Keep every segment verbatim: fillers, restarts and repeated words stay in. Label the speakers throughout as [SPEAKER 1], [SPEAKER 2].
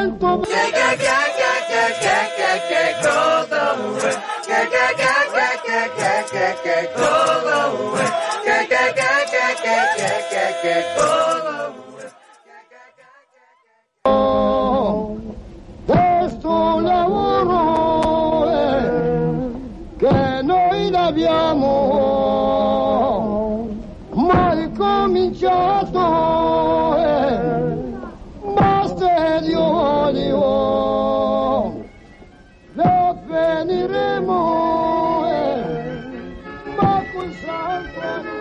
[SPEAKER 1] vento. Questo lavoro eh, che noi abbiamo mai cominciato, eh, basta di odio, lo finiremo, eh, ma con sangue.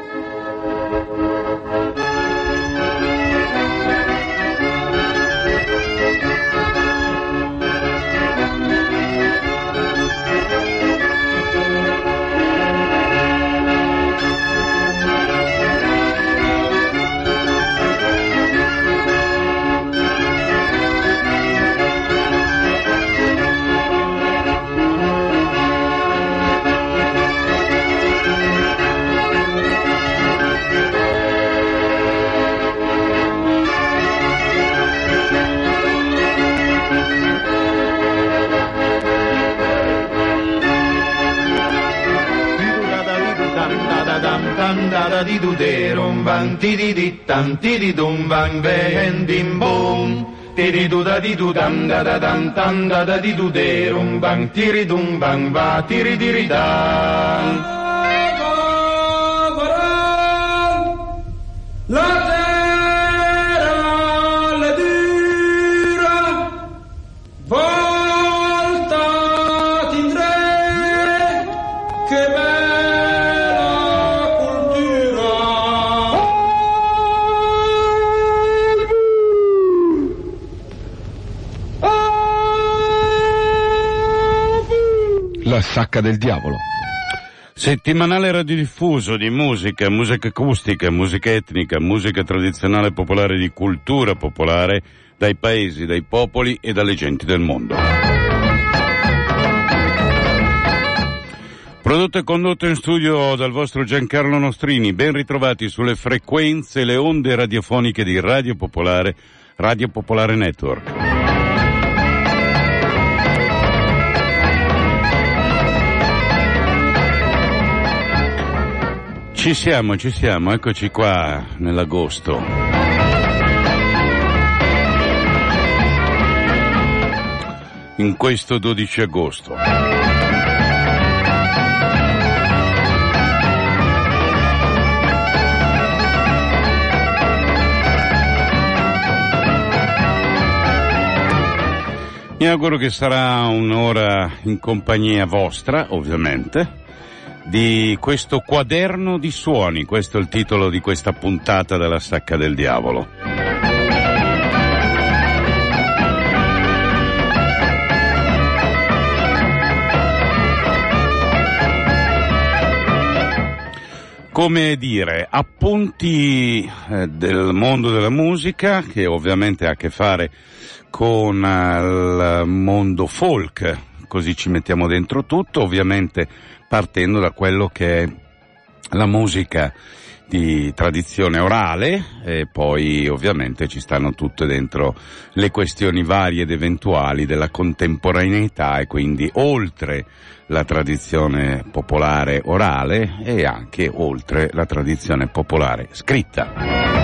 [SPEAKER 2] Da di du de rum bang ti di di tam ti di dum bang ven dim boom ti di du da di du dam da da dam tam da da di du de rum bang ti ri dum bang va ti ri di ri da. La terra le dura volta tindre che
[SPEAKER 3] La Sacca del Diavolo.
[SPEAKER 4] Settimanale radiodiffuso di musica, musica acustica, musica etnica, musica tradizionale popolare, di cultura popolare, dai paesi, dai popoli e dalle genti del mondo. Prodotto e condotto in studio dal vostro Giancarlo Nostrini. Ben ritrovati sulle frequenze e le onde radiofoniche di Radio Popolare, Radio Popolare Network. Ci siamo, ci siamo, eccoci qua nell'agosto. In questo dodici agosto. Mi auguro che sarà un'ora in compagnia vostra, ovviamente, di questo quaderno di suoni. Questo è il titolo di questa puntata della Sacca del Diavolo. Come dire, appunti eh, del mondo della musica, che ovviamente ha a che fare con eh, il mondo folk, così ci mettiamo dentro tutto, ovviamente partendo da quello che è la musica di tradizione orale, e poi ovviamente ci stanno tutte dentro le questioni varie ed eventuali della contemporaneità, e quindi oltre la tradizione popolare orale e anche oltre la tradizione popolare scritta.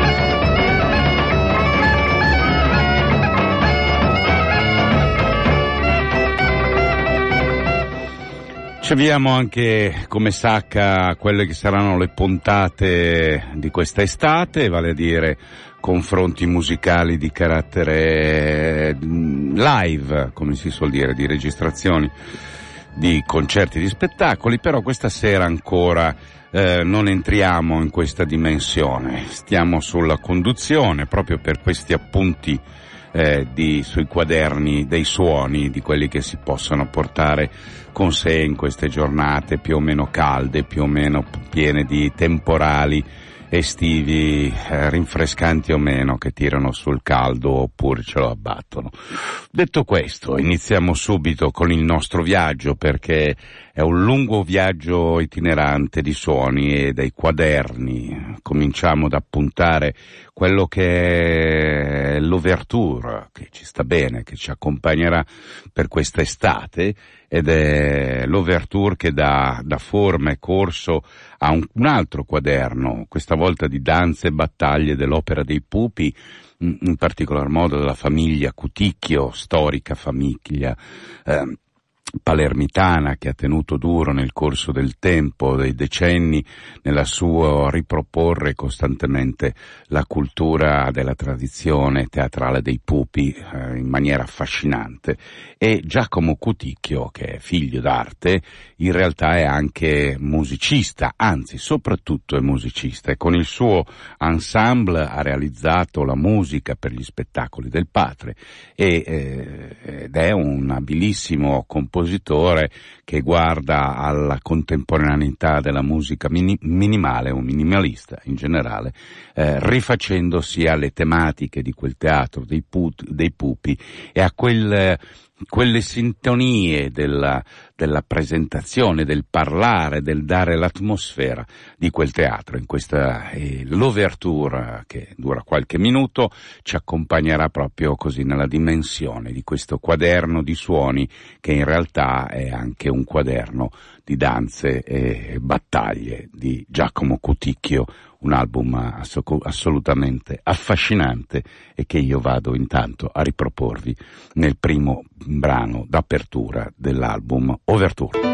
[SPEAKER 4] Ci abbiamo anche come sacca quelle che saranno le puntate di questa estate, vale a dire confronti musicali di carattere live, come si suol dire, di registrazioni di concerti, di spettacoli, però questa sera ancora eh, non entriamo in questa dimensione, stiamo sulla conduzione proprio per questi appunti Eh, di, sui quaderni dei suoni, di quelli che si possono portare con sé in queste giornate più o meno calde, più o meno piene di temporali estivi, eh, rinfrescanti o meno, che tirano sul caldo oppure ce lo abbattono. Detto questo, iniziamo subito con il nostro viaggio, perché È un lungo viaggio itinerante di suoni e dai quaderni. Cominciamo ad appuntare quello che è l'ouverture, che ci sta bene, che ci accompagnerà per questa estate, ed è l'ouverture che dà, dà forma e corso a un, un altro quaderno, questa volta di danze e battaglie dell'Opera dei Pupi, in particolar modo della famiglia Cuticchio, storica famiglia eh, palermitana che ha tenuto duro nel corso del tempo, dei decenni, nella sua riproporre costantemente la cultura della tradizione teatrale dei Pupi eh, in maniera affascinante. E Giacomo Cuticchio, che è figlio d'arte, in realtà è anche musicista, anzi soprattutto è musicista, e con il suo ensemble ha realizzato la musica per gli spettacoli del padre e, eh, ed è un abilissimo compositore che guarda alla contemporaneità della musica mini- minimale o minimalista in generale, eh, rifacendosi alle tematiche di quel teatro dei, put- dei pupi e a quel quelle sintonie della, della presentazione, del parlare, del dare l'atmosfera di quel teatro. In questa eh, l'ouverture, che dura qualche minuto, ci accompagnerà proprio così nella dimensione di questo quaderno di suoni che in realtà è anche un quaderno di danze e battaglie di Giacomo Cuticchio, un album assolutamente affascinante e che io vado intanto a riproporvi nel primo brano d'apertura dell'album Ouverture.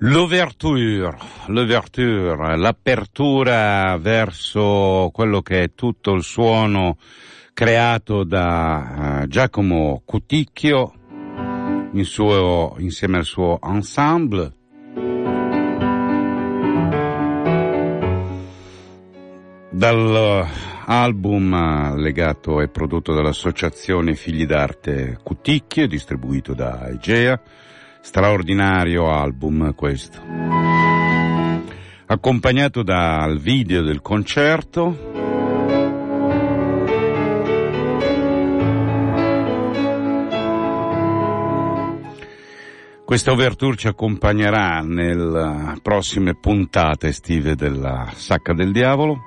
[SPEAKER 4] L'ouverture, l'ouverture, l'apertura verso quello che è tutto il suono creato da uh, Giacomo Cuticchio in suo, insieme al suo ensemble. Dall'album legato e prodotto dall'associazione Figli d'Arte Cuticchio, distribuito da Egea. Straordinario album questo, accompagnato dal video del concerto. Questa ouverture ci accompagnerà nelle prossime puntate estive della Sacca del Diavolo.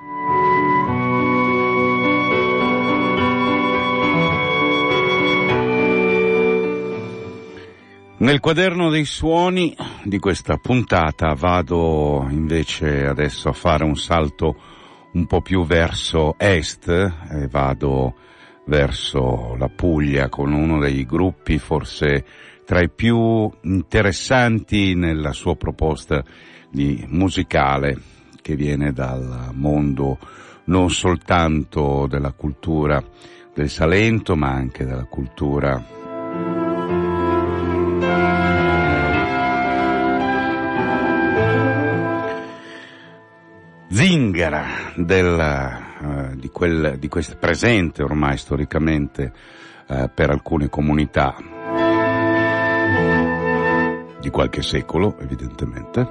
[SPEAKER 4] Nel quaderno dei suoni di questa puntata vado invece adesso a fare un salto un po' più verso est e vado verso la Puglia con uno dei gruppi forse tra i più interessanti nella sua proposta di musicale, che viene dal mondo non soltanto della cultura del Salento ma anche della cultura zingara del, uh, di, quel, di questo presente ormai storicamente uh, per alcune comunità di qualche secolo evidentemente,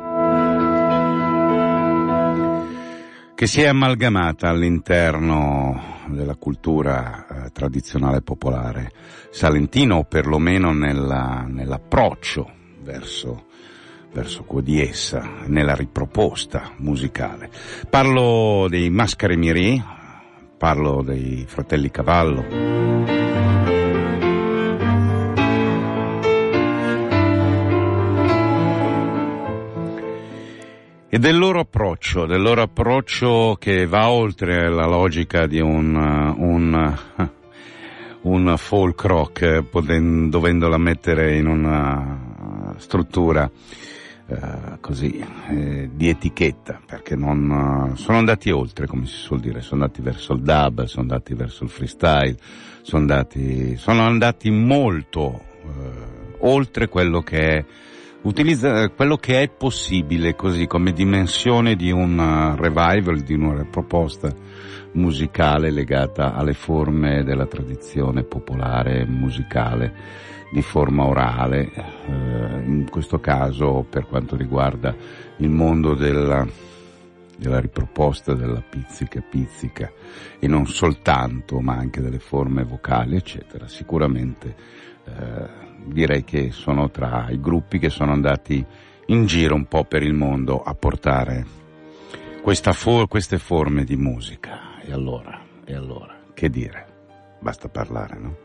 [SPEAKER 4] che si è amalgamata all'interno della cultura uh, tradizionale popolare salentina, o perlomeno nella, nell'approccio verso verso di essa, nella riproposta musicale. Parlo dei Mascari Mirì, parlo dei Fratelli Cavallo. E del loro approccio, del loro approccio che va oltre la logica di un, un, un folk rock, poten, dovendola mettere in una struttura Uh, così eh, di etichetta, perché non uh, sono andati oltre, come si suol dire, sono andati verso il dub, sono andati verso il freestyle, sono andati sono andati molto uh, oltre quello che è utilizza quello che è possibile, così come dimensione di un uh, revival, di una proposta musicale legata alle forme della tradizione popolare musicale di forma orale, eh, in questo caso per quanto riguarda il mondo della, della riproposta della pizzica pizzica e non soltanto, ma anche delle forme vocali eccetera. Sicuramente eh, direi che sono tra i gruppi che sono andati in giro un po' per il mondo a portare questa for- queste forme di musica. E allora, e allora, che dire? Basta parlare, no?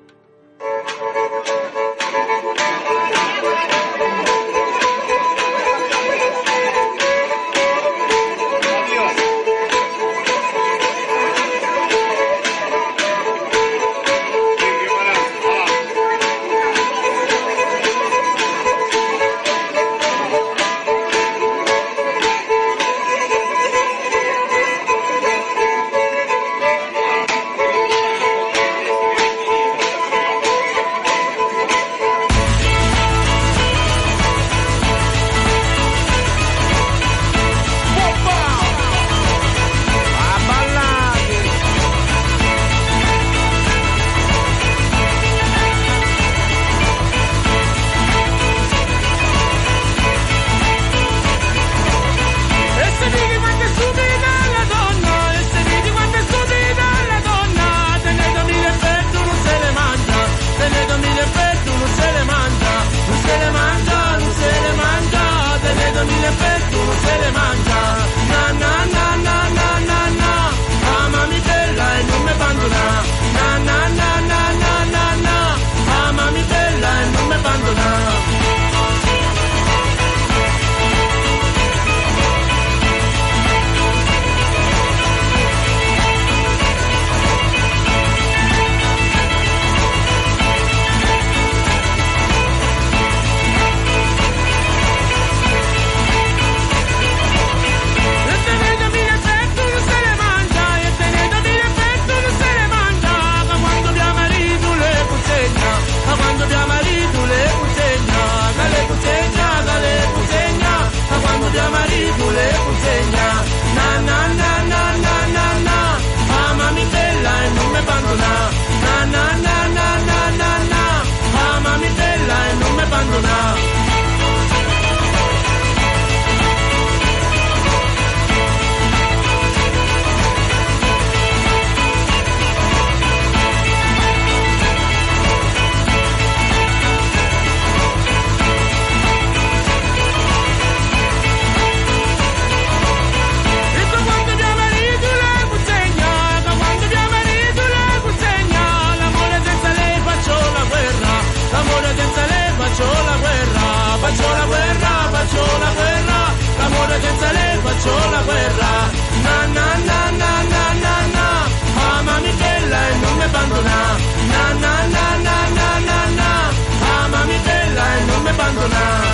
[SPEAKER 2] abbandonare, na na na na na na na, amami bella e non mi abbandonare.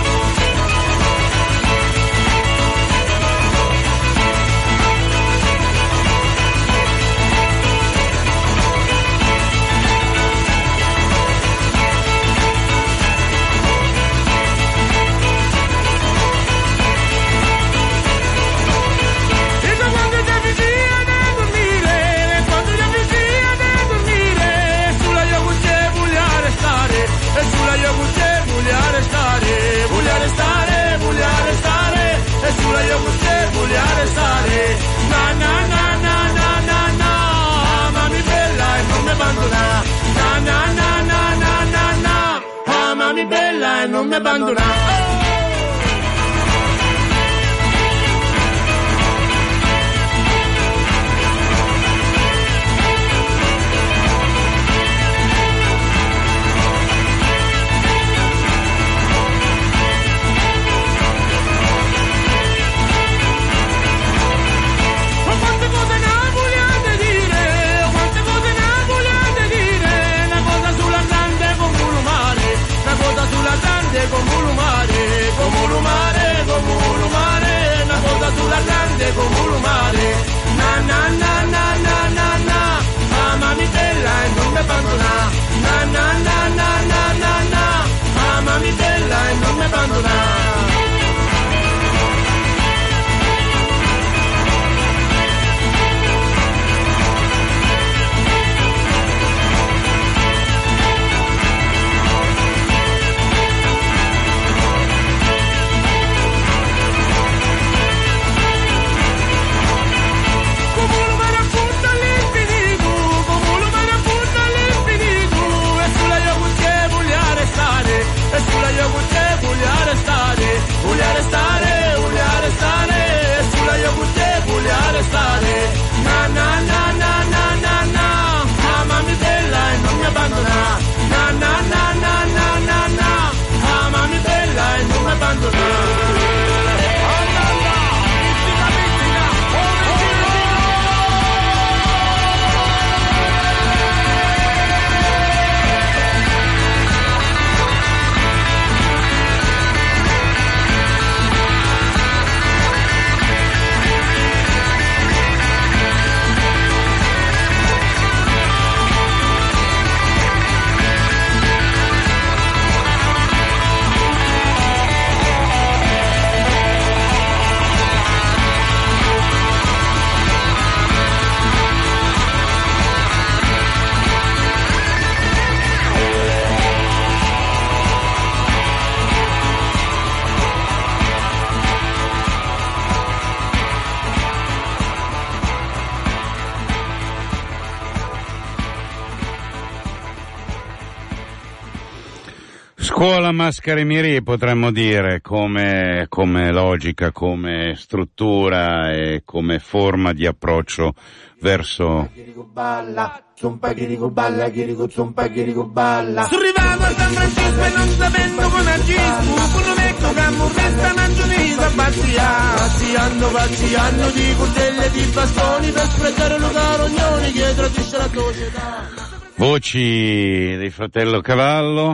[SPEAKER 2] E sulla io con te voglio restare, voglio restare, voglio restare, e sulla io con te voglio restare, na na na na na na na, amami bella e non mi abbandonare, na na na na na na na, amami bella e non mi abbandonare. Come l'umare, come l'umare, come l'umare, una cosa sulla grande come l'umare, na na na na na na na, amami bella e non mi abbandonare, na na na na na na na, amami bella e non mi abbandonare. E sulla io con te voglio restare, voglio restare, voglio restare, e sulla io con te voglio restare, na na na na na na na, amami bella e non mi abbandonare, na na na na na na na, amami bella e non mi abbandonare.
[SPEAKER 4] Scuola Mascari Mirie, potremmo dire, come, come logica, come struttura e come forma di approccio verso...
[SPEAKER 2] Surrivavo a San Francisco e non sapendo come agisco, pure vecchio camurresta mangiunisa bazzia, bazziando, bazziando di coltelli e di bastoni per sfrettare lo carognoni che tradisce la società.
[SPEAKER 4] Voci dei Fratello Cavallo.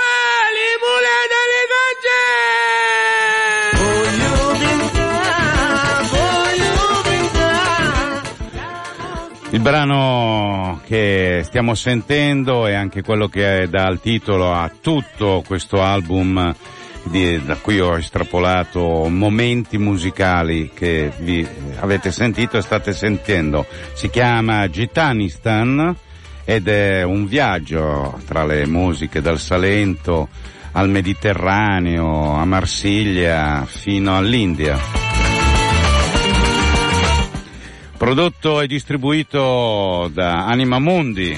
[SPEAKER 4] Il brano che stiamo sentendo è anche quello che dà il titolo a tutto questo album di, da cui ho estrapolato momenti musicali che vi avete sentito e state sentendo. Si chiama Gitanistan ed è un viaggio tra le musiche dal Salento al Mediterraneo, a Marsiglia fino all'India. Prodotto e distribuito da Anima Mundi.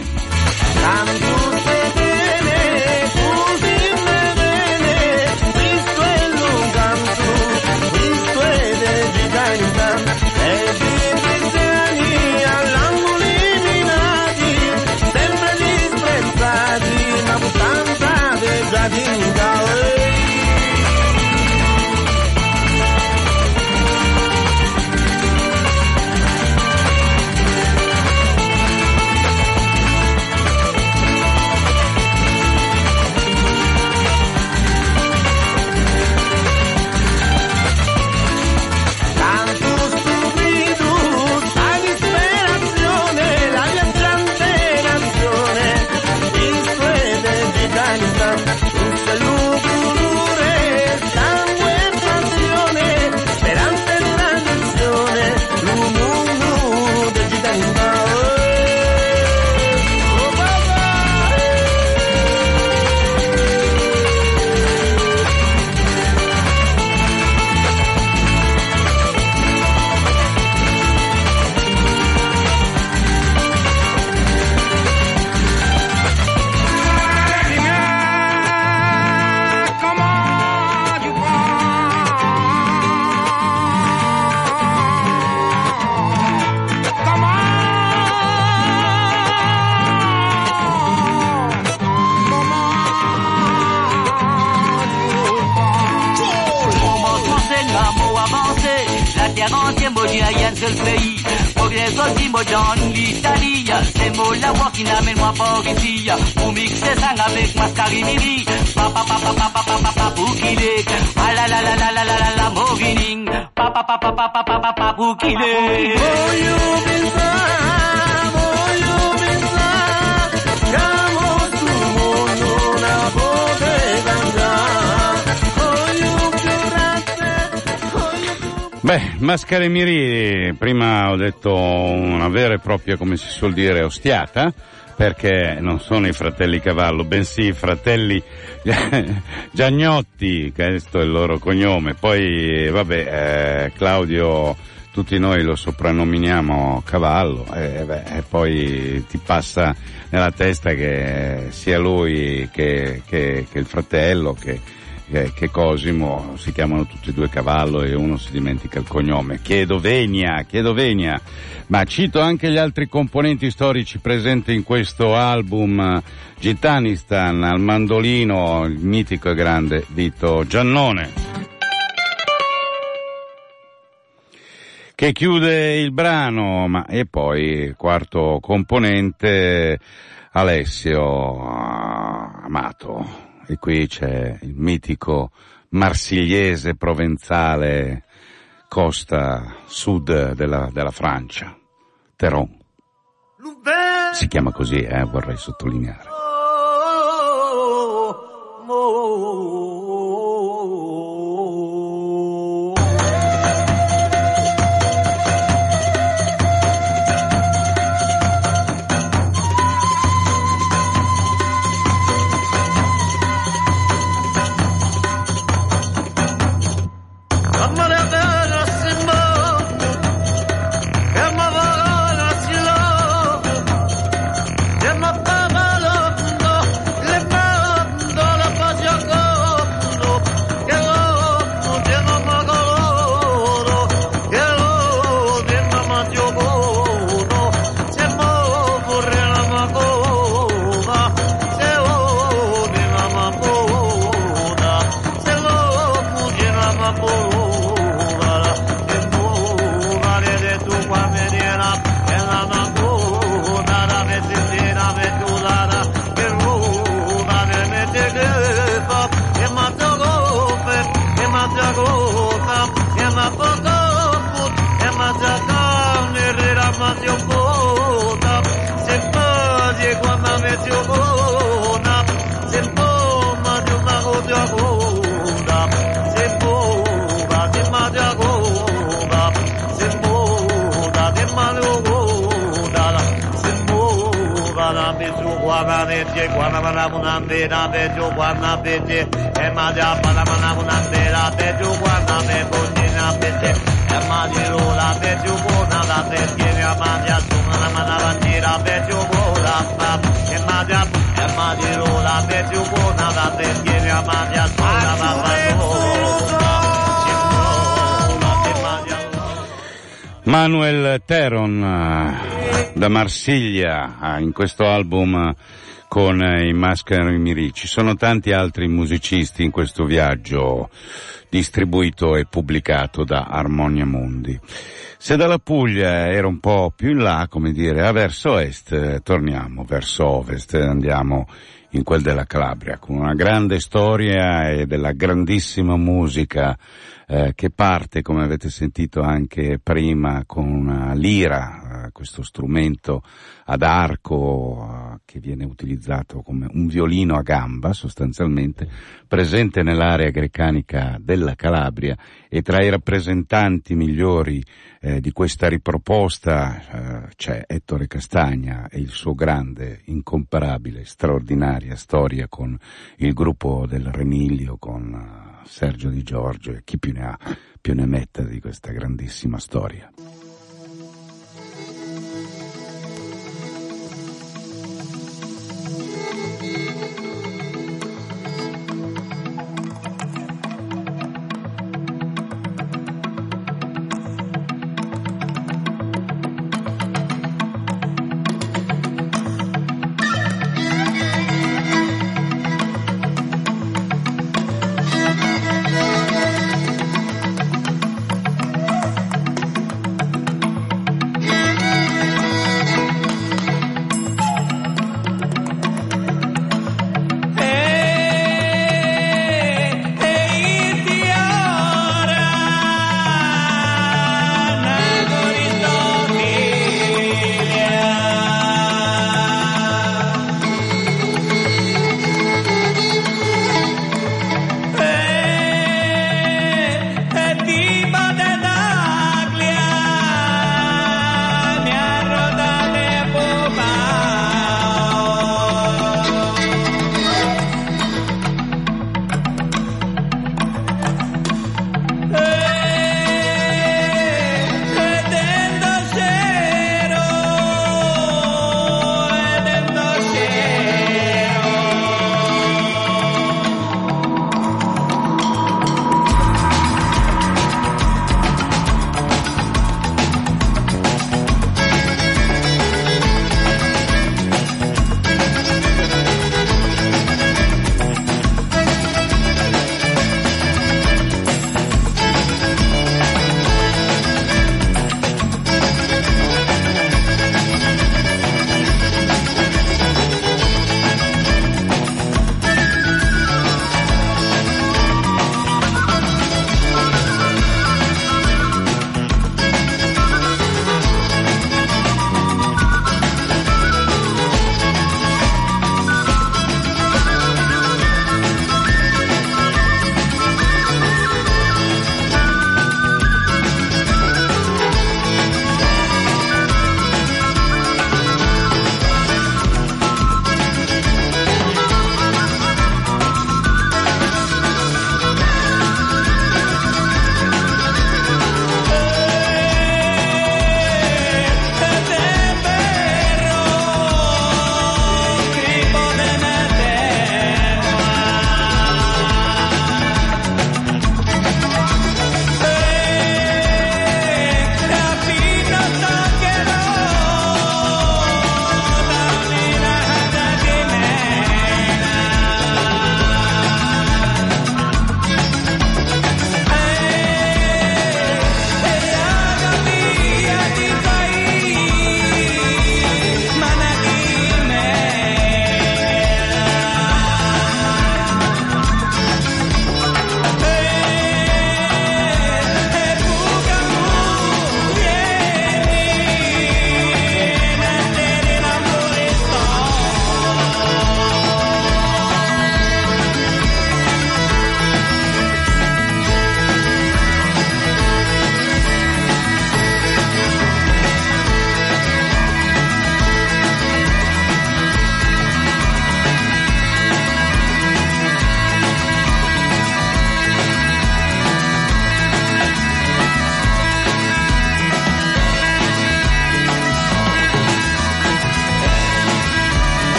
[SPEAKER 5] quarante mo di rien seul pays. Pour les autres mo dans l'Italie, c'est mo la walking amène moi pour ici. Pour mixer ça avec mascarimini. Papa papa papa papa papa pour qu'il est. Ah la la la la la la la la movining. Papa papa papa papa papa pour qu'il est. Oh you pensar, oh you pensar, siamo sul mondo una bodega andare. Oh you più oh you.
[SPEAKER 4] Beh, Mascarimiri, prima ho detto una vera e propria, come si suol dire, ostiata, perché non sono i fratelli Cavallo, bensì i fratelli Giagnotti, questo è il loro cognome. Poi, vabbè, eh, Claudio, tutti noi lo soprannominiamo Cavallo, e, beh, e poi ti passa nella testa che sia lui che, che, che il fratello, che, che, che Cosimo, si chiamano tutti e due Cavallo e uno si dimentica il cognome. Chiedo venia, chiedo venia. Ma cito anche gli altri componenti storici presenti in questo album. Gitanistan al mandolino, il mitico e grande Vito Giannone, che chiude il brano, ma e poi quarto componente Alessio Amato, e qui c'è il mitico marsigliese provenzale, costa sud della, della Francia, Teron. Si chiama così, eh, vorrei sottolineare. Manuel Teron da Marsiglia in questo album con i Mascarimiri. Ci sono tanti altri musicisti in questo viaggio distribuito e pubblicato da Armonia Mundi. Se dalla Puglia era un po' più in là, come dire, a verso est, torniamo verso ovest, andiamo in quel della Calabria, con una grande storia e della grandissima musica eh, che parte, come avete sentito anche prima, con una lira, eh, questo strumento ad arco eh, che viene utilizzato come un violino a gamba sostanzialmente, presente nell'area grecanica della Calabria, e tra i rappresentanti migliori eh, di questa riproposta eh, c'è Ettore Castagna e il suo grande, incomparabile, straordinaria storia con il gruppo del Remiglio, con uh, Sergio Di Giorgio e chi più ne ha più ne metta di questa grandissima storia.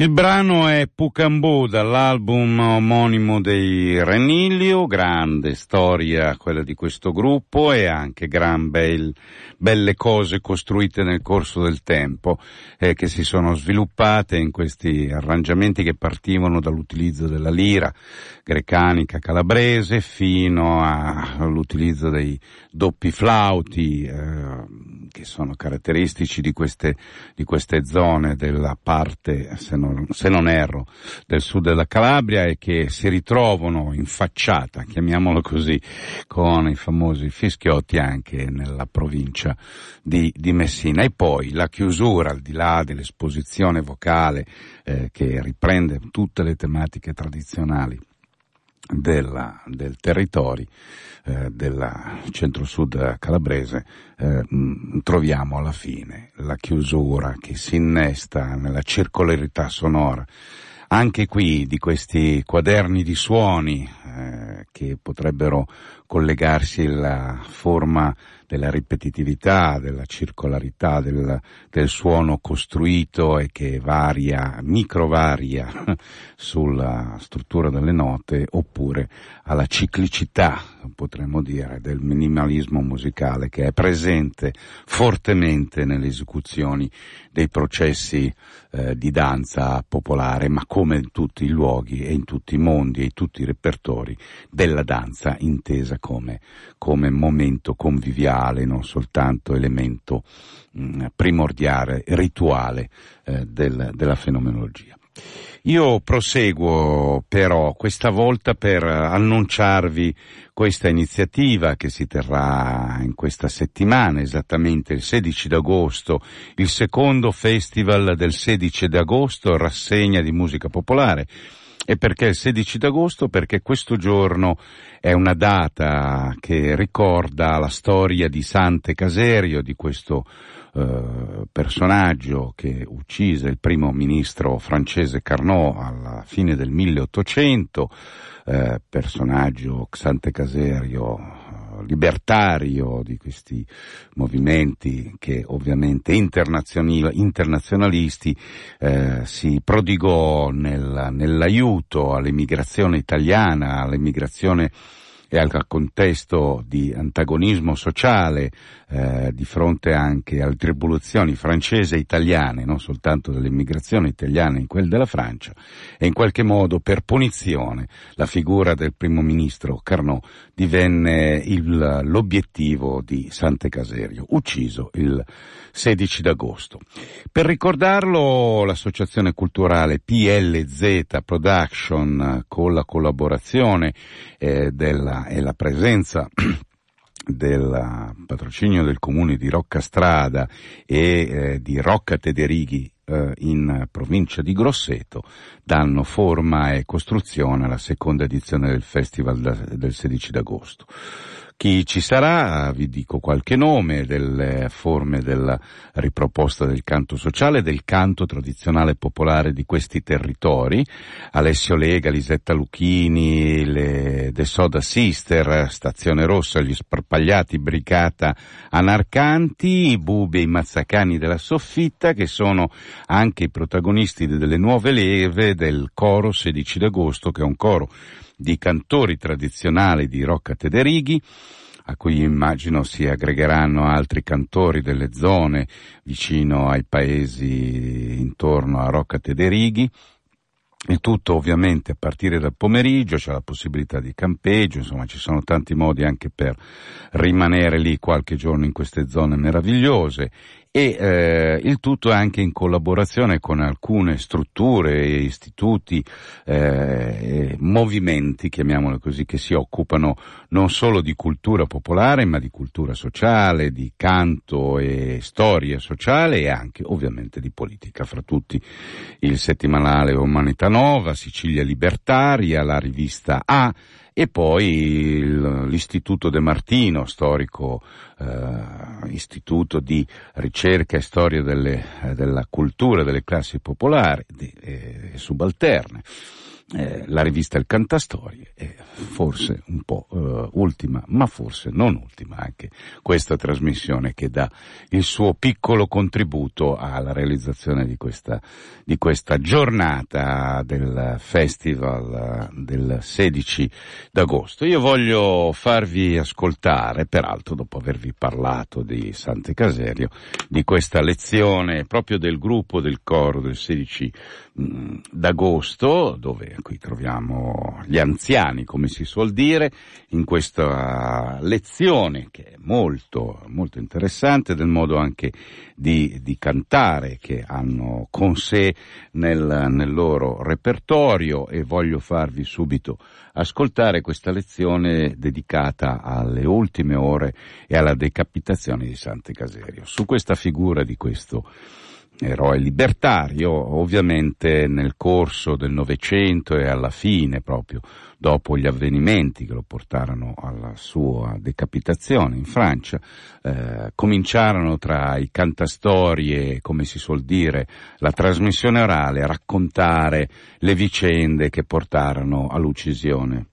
[SPEAKER 4] Il brano è Pucambù dall'album omonimo dei Renilio, grande storia quella di questo gruppo e anche gran bel, belle cose costruite nel corso del tempo eh, che si sono sviluppate in questi arrangiamenti che partivano dall'utilizzo della lira grecanica calabrese fino all'utilizzo dei doppi flauti eh, che sono caratteristici di queste, di queste zone della parte, se non, se non erro, del sud della Calabria e che si ritrovano in facciata, chiamiamolo così, con i famosi fischiotti anche nella provincia di, di Messina. E poi la chiusura, al di là dell'esposizione vocale eh, che riprende tutte le tematiche tradizionali Della, del territorio eh, del centro-sud calabrese, eh, mh, troviamo alla fine la chiusura che si innesta nella circolarità sonora anche qui di questi quaderni di suoni eh, che potrebbero collegarsi alla forma della ripetitività, della circolarità del, del suono costruito e che varia, microvaria sulla struttura delle note, oppure alla ciclicità, potremmo dire, del minimalismo musicale che è presente fortemente nelle esecuzioni dei processi eh, di danza popolare, ma come in tutti i luoghi e in tutti i mondi e in tutti i repertori della danza intesa come, come momento conviviale, non soltanto elemento mh, primordiale, rituale eh, del, della fenomenologia. Io proseguo però questa volta per annunciarvi questa iniziativa che si terrà in questa settimana, esattamente il sedici d'agosto, il secondo festival del sedici d'agosto, rassegna di musica popolare. E perché il sedici d'agosto? Perché questo giorno è una data che ricorda la storia di Sante Caserio, di questo eh, personaggio che uccise il primo ministro francese Carnot alla fine del milleottocento, eh, personaggio Sante Caserio libertario di questi movimenti che ovviamente internazionalisti eh, si prodigò nel, nell'aiuto all'emigrazione italiana, all'emigrazione e al contesto di antagonismo sociale eh, di fronte anche alle tribolazioni francese e italiane, non soltanto dell'immigrazione italiana in quel della Francia, e in qualche modo per punizione la figura del primo ministro Carnot divenne il, l'obiettivo di Sante Caserio, ucciso il sedici d'agosto. Per ricordarlo l'associazione culturale P L Z Production, con la collaborazione eh, della e la presenza del patrocinio del comune di Roccastrada e eh, di Rocca Tederighi eh, in provincia di Grosseto, danno forma e costruzione alla seconda edizione del festival da, del sedici d'agosto. Chi ci sarà? Vi dico qualche nome delle forme della riproposta del canto sociale, del canto tradizionale popolare di questi territori: Alessio Lega, Lisetta Lucchini, le The Soda Sister, Stazione Rossa, gli Sparpagliati, Brigata Anarcanti, i Bubi e i Mazzacani della Soffitta, che sono anche i protagonisti delle nuove leve del coro sedici d'agosto, che è un coro di cantori tradizionali di Rocca Tederighi, a cui immagino si aggregheranno altri cantori delle zone vicino ai paesi intorno a Rocca Tederighi. Il tutto ovviamente a partire dal pomeriggio, c'è la possibilità di campeggio, insomma ci sono tanti modi anche per rimanere lì qualche giorno in queste zone meravigliose. E eh, il tutto è anche in collaborazione con alcune strutture, istituti, eh, movimenti, chiamiamolo così, che si occupano non solo di cultura popolare, ma di cultura sociale, di canto e storia sociale e anche ovviamente di politica. Fra tutti il settimanale Umanità Nova, Sicilia Libertaria, la rivista A, e poi il, l'Istituto De Martino, storico eh, istituto di ricerca e storia delle, eh, della cultura delle classi popolari e eh, subalterne, eh, la rivista Il Cantastorie e forse un po' eh, ultima, ma forse non ultima anche questa trasmissione che dà il suo piccolo contributo alla realizzazione di questa, di questa giornata del festival del sedici d'agosto. Io voglio farvi ascoltare, peraltro dopo avervi parlato di Sante Caserio, di questa lezione proprio del gruppo del coro del sedici d'agosto, dove qui troviamo gli anziani, come si suol dire, in questa lezione che è molto molto interessante, del modo anche di, di cantare che hanno con sé nel, nel loro repertorio, e voglio farvi subito ascoltare questa lezione dedicata alle ultime ore e alla decapitazione di Sante Caserio. Su questa figura di questo eroe libertario, ovviamente nel corso del Novecento e alla fine, proprio dopo gli avvenimenti che lo portarono alla sua decapitazione in Francia, eh, cominciarono tra i cantastorie, come si suol dire, la trasmissione orale, a raccontare le vicende che portarono all'uccisione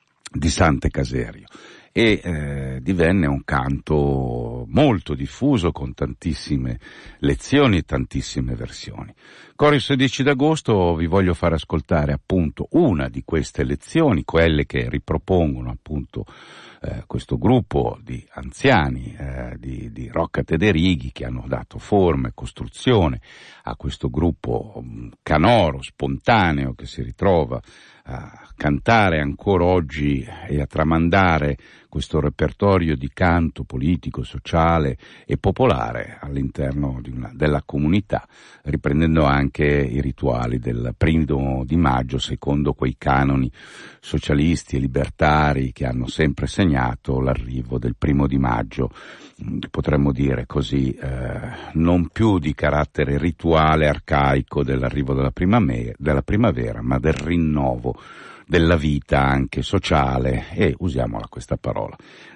[SPEAKER 4] di Sante Caserio. E eh, divenne un canto molto diffuso, con tantissime lezioni e tantissime versioni. Coro il sedici d'agosto vi voglio far ascoltare appunto una di queste lezioni, quelle che ripropongono appunto eh, questo gruppo di anziani eh, di, di Rocca Tederighi, che hanno dato forma e costruzione a questo gruppo um, canoro, spontaneo, che si ritrova a cantare ancora oggi e a tramandare questo repertorio di canto politico, sociale e popolare all'interno di una, della comunità, riprendendo anche i rituali del primo di maggio secondo quei canoni socialisti e libertari che hanno sempre segnato l'arrivo del primo di maggio, potremmo dire così, eh, non più di carattere rituale arcaico dell'arrivo della primavera, della primavera, ma del rinnovo della vita anche sociale e, usiamola questa parola,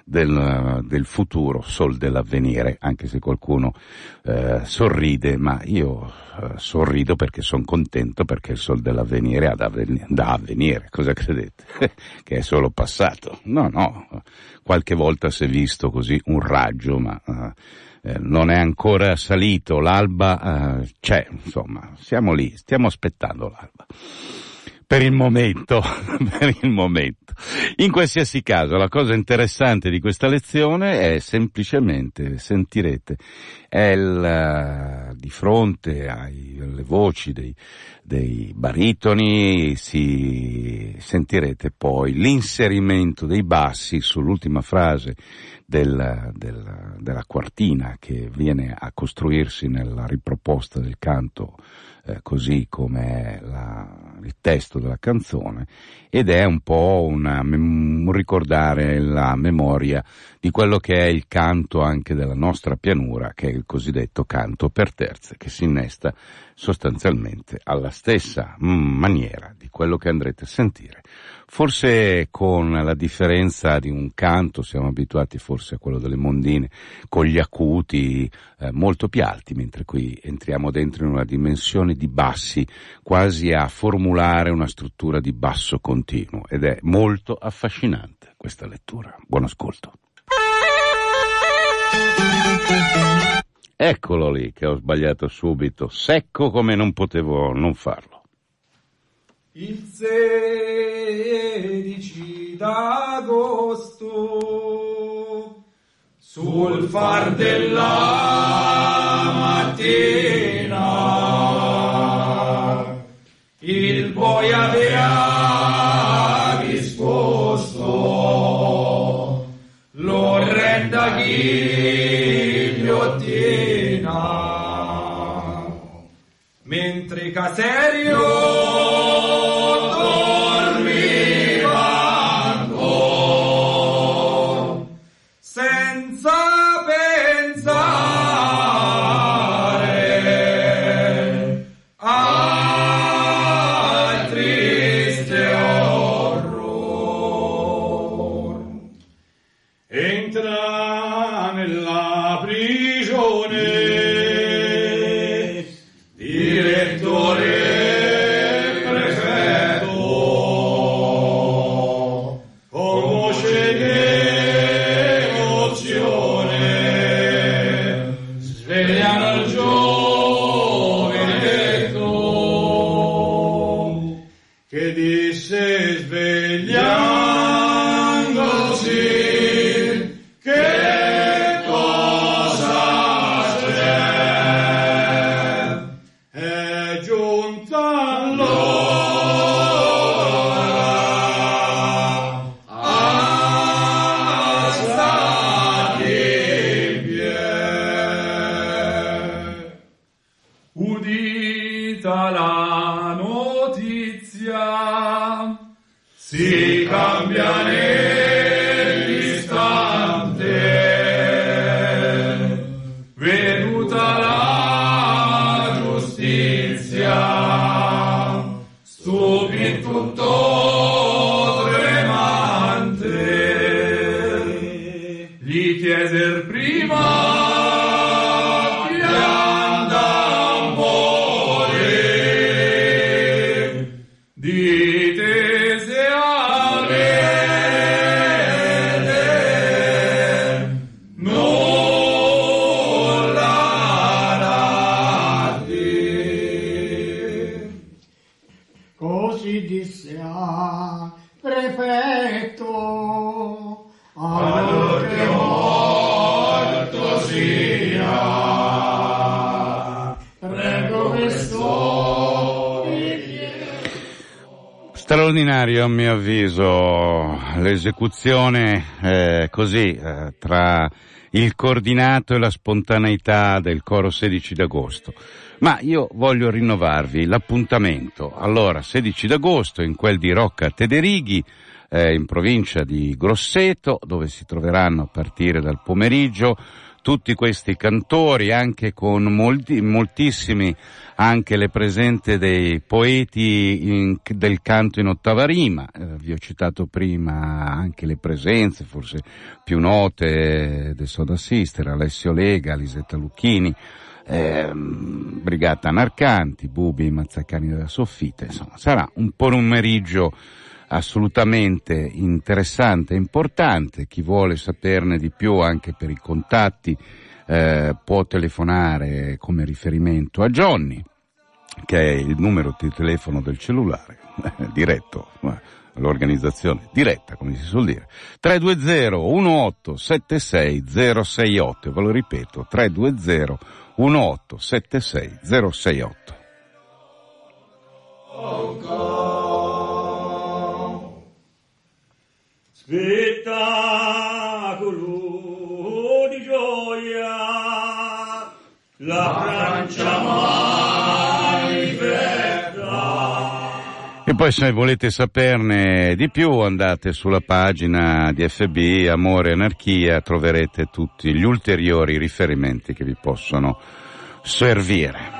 [SPEAKER 4] del, del futuro, sol dell'avvenire, anche se qualcuno eh, sorride, ma io eh, sorrido perché sono contento, perché il sol dell'avvenire ha da, avven- da avvenire. Cosa credete? Che è solo passato? No, no, qualche volta si è visto così un raggio, ma eh, eh, non è ancora salito, l'alba eh, c'è, insomma, siamo lì, stiamo aspettando l'alba. Per il momento, per il momento. In qualsiasi caso, la cosa interessante di questa lezione è semplicemente, sentirete, è il, di fronte ai, alle voci dei, dei baritoni, si sentirete poi l'inserimento dei bassi sull'ultima frase del, del, della quartina che viene a costruirsi nella riproposta del canto, Eh, così come la, il testo della canzone, ed è un po' una, un ricordare la memoria di quello che è il canto anche della nostra pianura, che è il cosiddetto canto per terze, che si innesta sostanzialmente alla stessa maniera di quello che andrete a sentire. Forse con la differenza di un canto, siamo abituati forse a quello delle mondine, con gli acuti eh, molto più alti, mentre qui entriamo dentro in una dimensione di bassi, quasi a formulare una struttura di basso continuo, ed è molto affascinante questa lettura. Buon ascolto. Eccolo lì, che ho sbagliato subito, secco come non potevo non farlo.
[SPEAKER 6] Il sedici d'agosto, sul far della mattina, il poi aveva risposto l'orrenda ghigliottina, mentre Caserio
[SPEAKER 7] Direttore prefetto
[SPEAKER 4] Straordinario a mio avviso l'esecuzione eh, così eh, tra il coordinato e la spontaneità del coro sedici d'agosto. Ma io voglio rinnovarvi l'appuntamento. Allora, sedici d'agosto in quel di Rocca Tederighi, eh, in provincia di Grosseto, dove si troveranno a partire dal pomeriggio tutti questi cantori, anche con molti, moltissimi, anche le presenze dei poeti in, del canto in ottava rima. Eh, vi ho citato prima anche le presenze, forse più note, del Soda Sister, Alessio Lega, Lisetta Lucchini, eh, Brigata Narcanti, Bubi, Mazzacani della Soffitta. Insomma, sarà un pomeriggio assolutamente interessante e importante. Chi vuole saperne di più anche per i contatti eh, può telefonare come riferimento a Johnny, che è il numero di telefono del cellulare diretto, l'organizzazione diretta, come si suol dire, tre due zero uno otto sette sei zero sei otto, ve lo ripeto, tre due zero uno otto sette sei zero sei otto.
[SPEAKER 7] Spettacolo di gioia, la Francia manifesta.
[SPEAKER 4] E poi se volete saperne di più andate sulla pagina di F B Amore e Anarchia, troverete tutti gli ulteriori riferimenti che vi possono servire.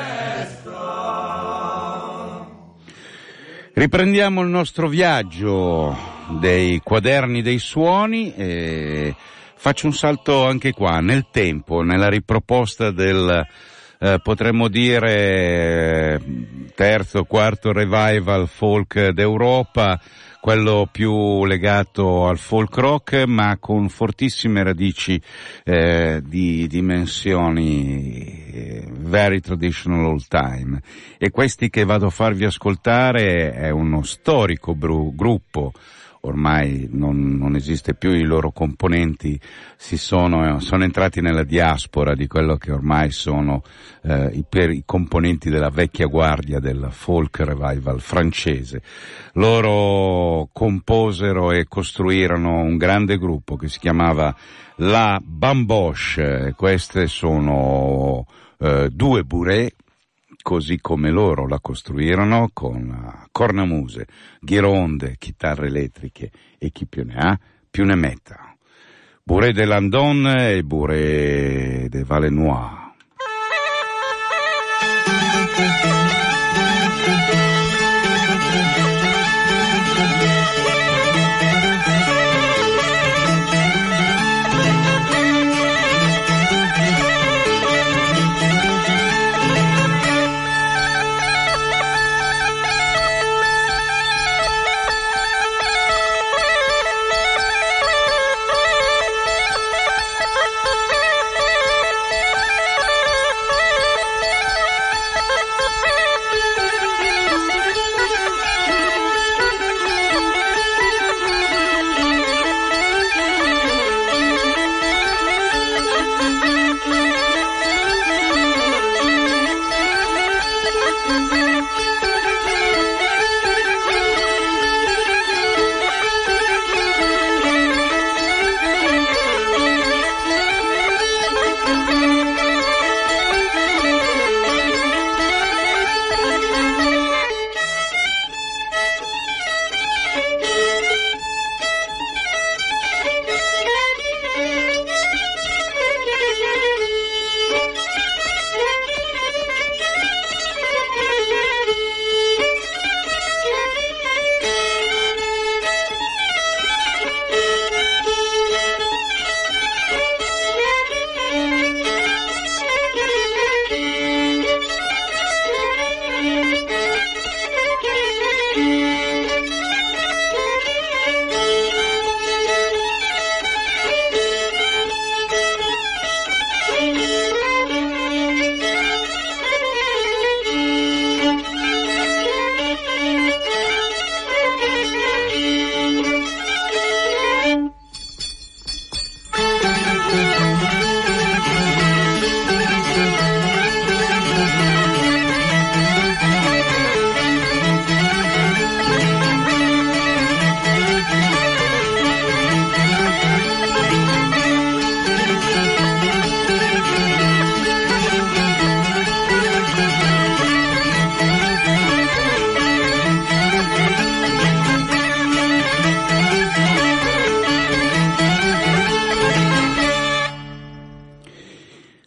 [SPEAKER 4] Riprendiamo il nostro viaggio dei quaderni dei suoni e faccio un salto anche qua nel tempo, nella riproposta del eh, potremmo dire terzo, quarto revival folk d'Europa, quello più legato al folk rock ma con fortissime radici eh, di dimensioni eh, very traditional old time. E questi che vado a farvi ascoltare è uno storico bru- gruppo. Ormai non, non esiste più, i loro componenti si sono, sono entrati nella diaspora di quello che ormai sono eh, i, per, i componenti della vecchia guardia del folk revival francese. Loro composero e costruirono un grande gruppo che si chiamava La Bamboche. Queste sono eh, due bourrées, così come loro la costruirono, con cornamuse, ghironde, chitarre elettriche e chi più ne ha più ne metta. Bourrées de Landon e Bourrées de Valenois.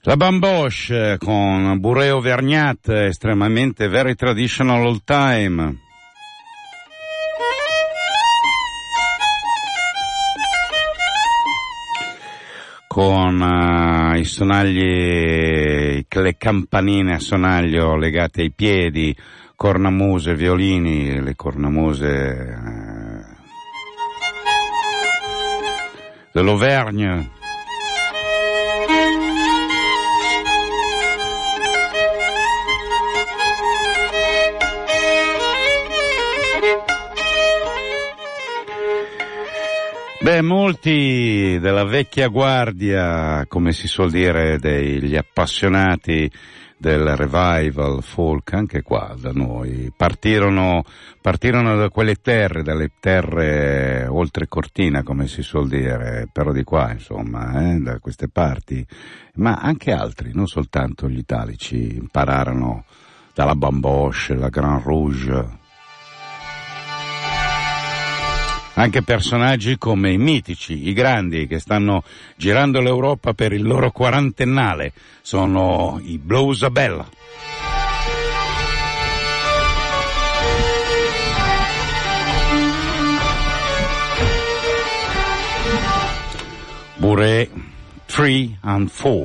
[SPEAKER 4] La Bamboche con Bourrée Auvergnat, estremamente very traditional old time. Con uh, i sonagli, le campanine a sonaglio legate ai piedi, cornamuse, violini, le cornamuse uh, dell'Auvergne. Beh, molti della vecchia guardia, come si suol dire, degli appassionati del revival folk, anche qua da noi, partirono, partirono da quelle terre, dalle terre oltre Cortina, come si suol dire, però di qua, insomma, eh, da queste parti, ma anche altri, non soltanto gli italici, impararono dalla Bamboche, la Grand Rouge. Anche personaggi come i mitici, i grandi, che stanno girando l'Europa per il loro quarantennale, sono i Bluesabella. Bourrée, three and four.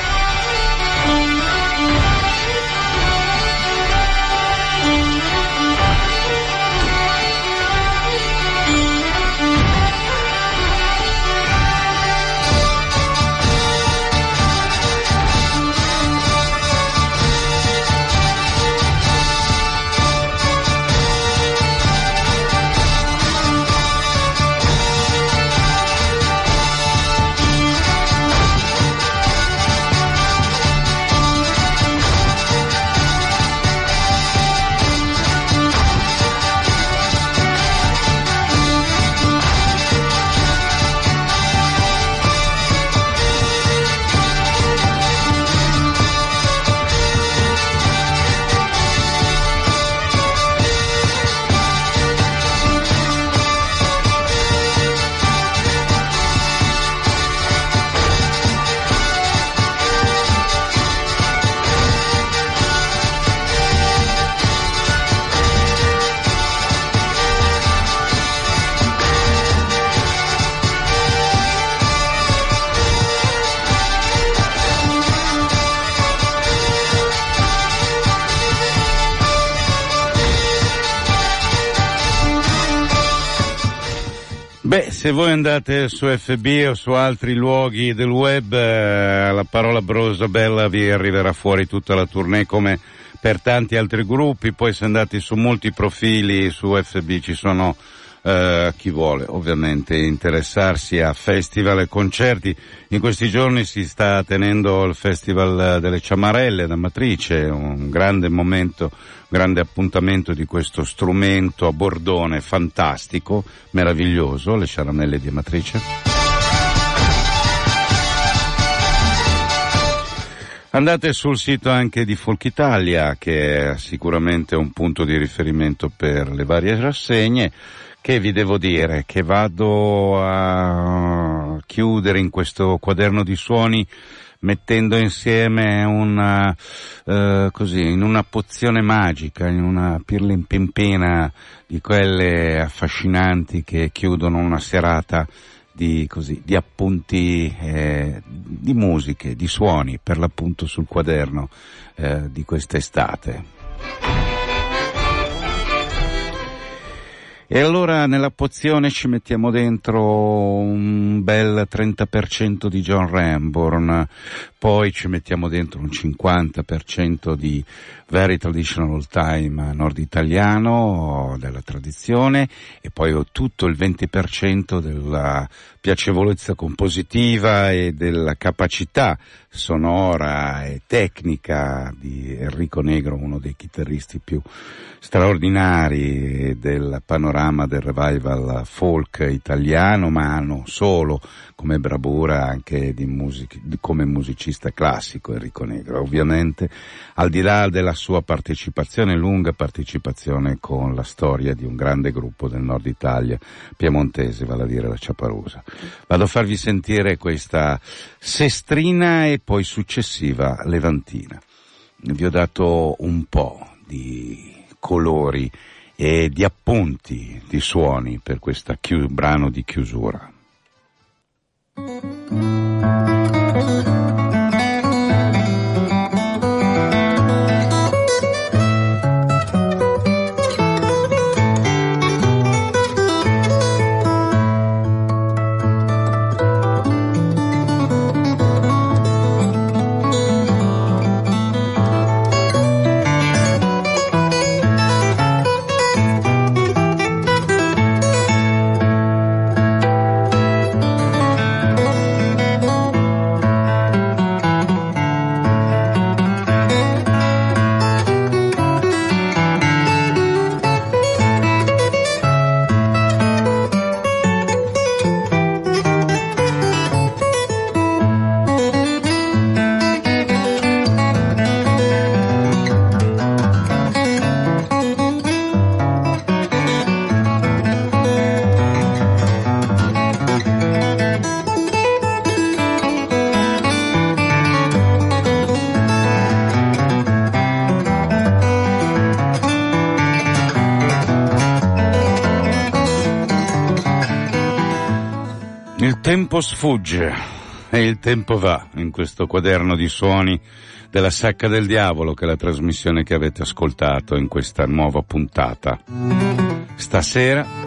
[SPEAKER 4] Beh, se voi andate su F B o su altri luoghi del web, eh, la parola Bluesabella vi arriverà fuori tutta la tournée come per tanti altri gruppi. Poi se andate su molti profili su F B ci sono eh, chi vuole ovviamente interessarsi a festival e concerti. In questi giorni si sta tenendo il Festival delle Ciamarelle da Matrice, un grande momento, grande appuntamento di questo strumento a bordone fantastico, meraviglioso, le ciaramelle di Amatrice. Andate sul sito anche di Folk Italia, che è sicuramente un punto di riferimento per le varie rassegne, che vi devo dire che vado a chiudere in questo quaderno di suoni mettendo insieme una, eh, così, in una pozione magica, in una pirlimpimpina di quelle affascinanti che chiudono una serata di, così, di appunti, eh, di musiche, di suoni, per l'appunto sul quaderno eh, di quest'estate. E allora nella pozione ci mettiamo dentro un bel trenta per cento di John Ramborn, poi ci mettiamo dentro un cinquanta per cento di very traditional old time nord-italiano della tradizione, e poi ho tutto il venti per cento della piacevolezza compositiva e della capacità sonora e tecnica di Enrico Negro, uno dei chitarristi più straordinari del panorama panorama del revival folk italiano, ma non solo, come bravura anche di music- di, come musicista classico Enrico Negro. Ovviamente, al di là della sua partecipazione, lunga partecipazione con la storia di un grande gruppo del nord Italia, piemontese, vale a dire la Ciaparusa. Vado a farvi sentire questa sestrina e poi successiva levantina. Vi ho dato un po' di colori e di appunti, di suoni per questo chi- brano di chiusura. Il tempo sfugge e il tempo va in questo quaderno di suoni della Sacca del Diavolo, che è la trasmissione che avete ascoltato in questa nuova puntata. Stasera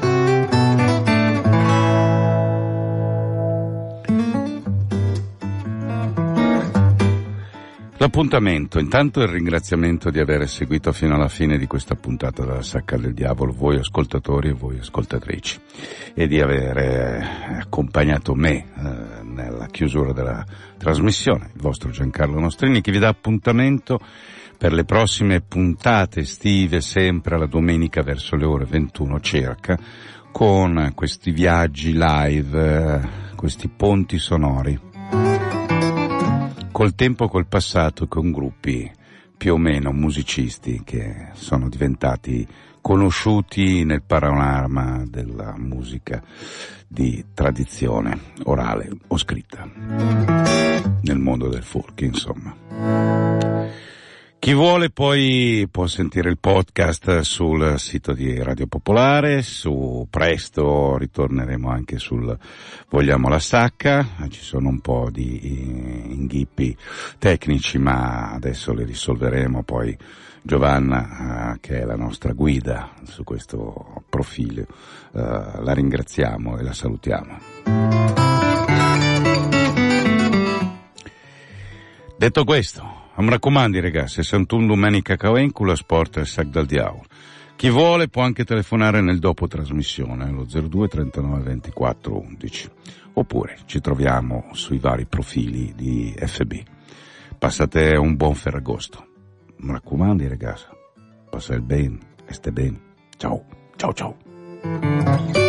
[SPEAKER 4] l'appuntamento, intanto il ringraziamento di aver seguito fino alla fine di questa puntata della Sacca del Diavolo, voi ascoltatori e voi ascoltatrici, e di aver accompagnato me eh, nella chiusura della trasmissione, il vostro Giancarlo Nostrini, che vi dà appuntamento per le prossime puntate estive, sempre alla domenica verso le ore ventuno circa, con questi viaggi live, eh, questi ponti sonori, col tempo, col passato, con gruppi più o meno musicisti che sono diventati conosciuti nel panorama della musica di tradizione orale o scritta, nel mondo del folk, insomma. Chi vuole poi può sentire il podcast sul sito di Radio Popolare, su presto ritorneremo anche sul Vogliamo la Sacca, ci sono un po' di inghippi tecnici ma adesso li risolveremo, poi Giovanna, eh, che è la nostra guida su questo profilo, eh, la ringraziamo e la salutiamo. Detto questo, mi raccomandi ragazzi, sessantuno domenica Cavenculo, sport e Sac del Diavolo. Chi vuole può anche telefonare nel dopo trasmissione, allo zero due trentanove ventiquattro undici, oppure ci troviamo sui vari profili di F B. Passate un buon Ferragosto. Mi raccomandi ragazzi, passate bene e state bene. Ciao, ciao ciao.